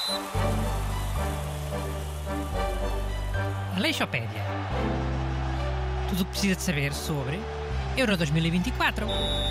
Aleixopédia. Tudo o que precisa de saber sobre Euro 2024.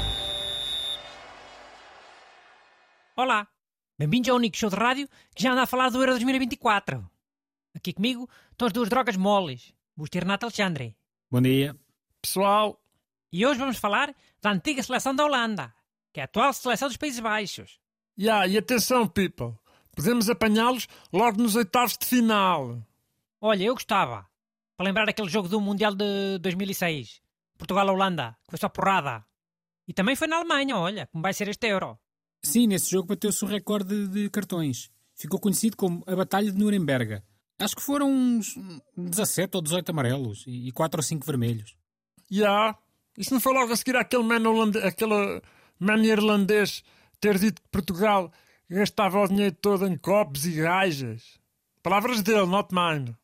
Olá, bem-vindos ao único show de rádio que já anda a falar do Euro 2024. Aqui comigo estão as duas drogas moles, Busto e Renato Alexandre. Bom dia. Pessoal, E hoje vamos falar da antiga seleção da Holanda, que é a atual seleção dos Países Baixos. e atenção, people. Podemos apanhá-los logo nos oitavos de final. Olha, eu gostava, para lembrar aquele jogo do Mundial de 2006, Portugal-Holanda, que foi só porrada. E também foi na Alemanha, olha, como vai ser este Euro. Sim, nesse jogo bateu-se o recorde de cartões. Ficou conhecido como a Batalha de Nuremberg. Acho que foram uns 17 ou 18 amarelos e 4 ou 5 vermelhos. Isso não foi logo a seguir àquele aquele man irlandês ter dito que Portugal gastava o dinheiro todo em copos e gajas? Palavras dele, not mine.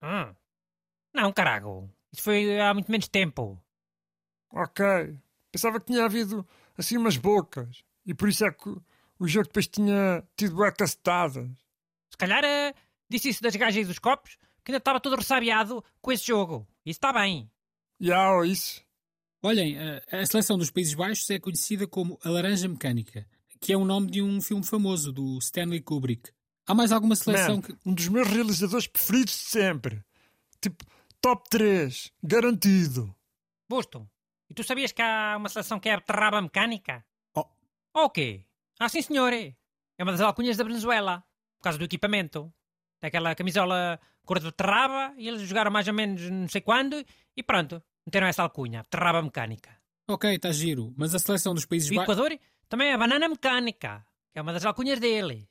Não, carago. Isso foi há muito menos tempo. Ok. Pensava que tinha havido assim umas bocas. E por isso é que o jogo depois tinha tido bué cacetadas. Se calhar disse isso das gajas e dos copos, que ainda estava todo ressabiado com esse jogo. Isso está bem. Isso. Olhem, a seleção dos Países Baixos é conhecida como a Laranja Mecânica, que é o nome de um filme famoso do Stanley Kubrick. Há mais alguma seleção que... Um dos meus realizadores preferidos de sempre. Tipo, top 3. Garantido. Busto, e tu sabias que há uma seleção que é a Beterraba Mecânica? Oh. O quê? Sim senhor. É uma das alcunhas da Venezuela, por causa do equipamento. Tem aquela camisola cor de beterraba e eles jogaram mais ou menos não sei quando e pronto, meteram essa alcunha, Beterraba Mecânica. Ok, está giro, mas a seleção dos Países O Baixos... Equador também é a Banana Mecânica, que é uma das alcunhas deles.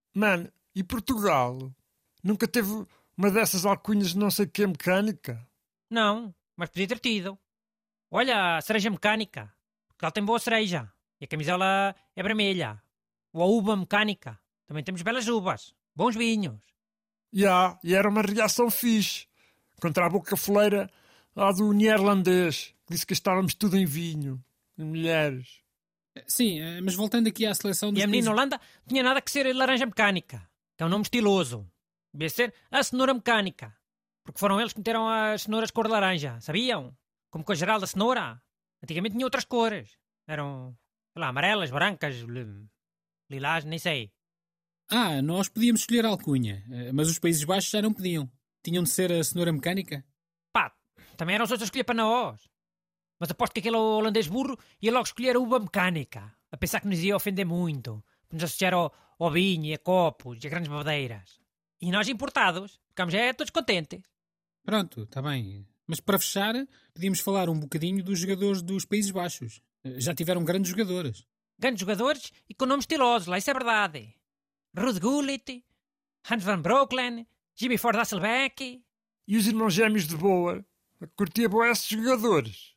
E Portugal? Nunca teve uma dessas alcunhas de não sei que mecânica? Não, mas podia ter tido. Olha, a cereja mecânica. Porque ela tem boa cereja. E a camisola é vermelha. Ou a uva mecânica. Também temos belas uvas. Bons vinhos. E era uma reação fixe. Contra a boca foleira lá do neerlandês, que disse que estávamos tudo em vinho. Em mulheres. Sim, mas voltando aqui à seleção dos E a menina Holanda não tinha nada que ser laranja mecânica. Que é um nome estiloso. Devia ser a cenoura mecânica. Porque foram eles que meteram as cenouras cor de laranja. Sabiam? Como com a geral da cenoura. Antigamente tinha outras cores. Eram, sei lá, amarelas, brancas, lilás, nem sei. Nós podíamos escolher a alcunha, mas os Países Baixos já não podiam. Tinham de ser a cenoura mecânica. Também eram os outros a escolher para nós. Mas aposto que aquele holandês burro ia logo escolher a uva mecânica. A pensar que nos ia ofender muito. Para nos associar ao vinho e a copos e a grandes babadeiras. E nós importados, ficamos todos contentes. Pronto, está bem. Mas para fechar, podíamos falar um bocadinho dos jogadores dos Países Baixos. Já tiveram grandes jogadores. Grandes jogadores e com nomes estilosos, lá isso é verdade. Ruud Gullit, Hans van Breukelen, Jimmy Ford Hasselbeck. E os irmãos gêmeos de Boa? Curtia boa esses jogadores.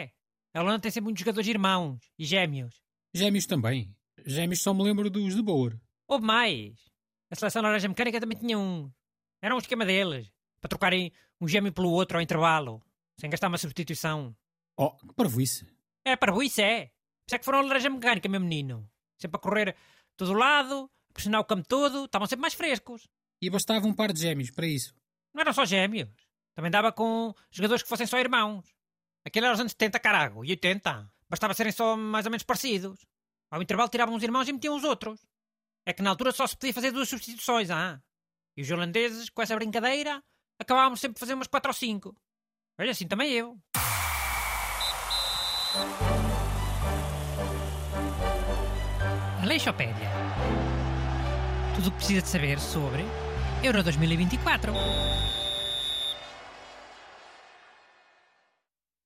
A Holanda tem sempre muitos jogadores irmãos e gêmeos. Gêmeos também. Gêmeos só me lembro dos de Boer. Houve mais. A seleção laranja mecânica também tinha um. Era um esquema deles. Para trocarem um gêmeo pelo outro ao intervalo. Sem gastar uma substituição. Que parvoíce. Parvoíce é. Por isso é que foram a laranja mecânica, meu menino. Sempre a correr todo lado, a pressionar o campo todo. Estavam sempre mais frescos. E bastava um par de gêmeos para isso. Não eram só gêmeos. Também dava com jogadores que fossem só irmãos. Aquele era os anos 70, carago. E 80. Bastava serem só mais ou menos parecidos. Ao intervalo tiravam os irmãos e metiam os outros. É que na altura só se podia fazer 2 substituições, E os holandeses, com essa brincadeira, acabávamos sempre a fazer umas 4 ou 5. Olha, assim também eu. Aleixopédia. Tudo o que precisa de saber sobre Euro 2024.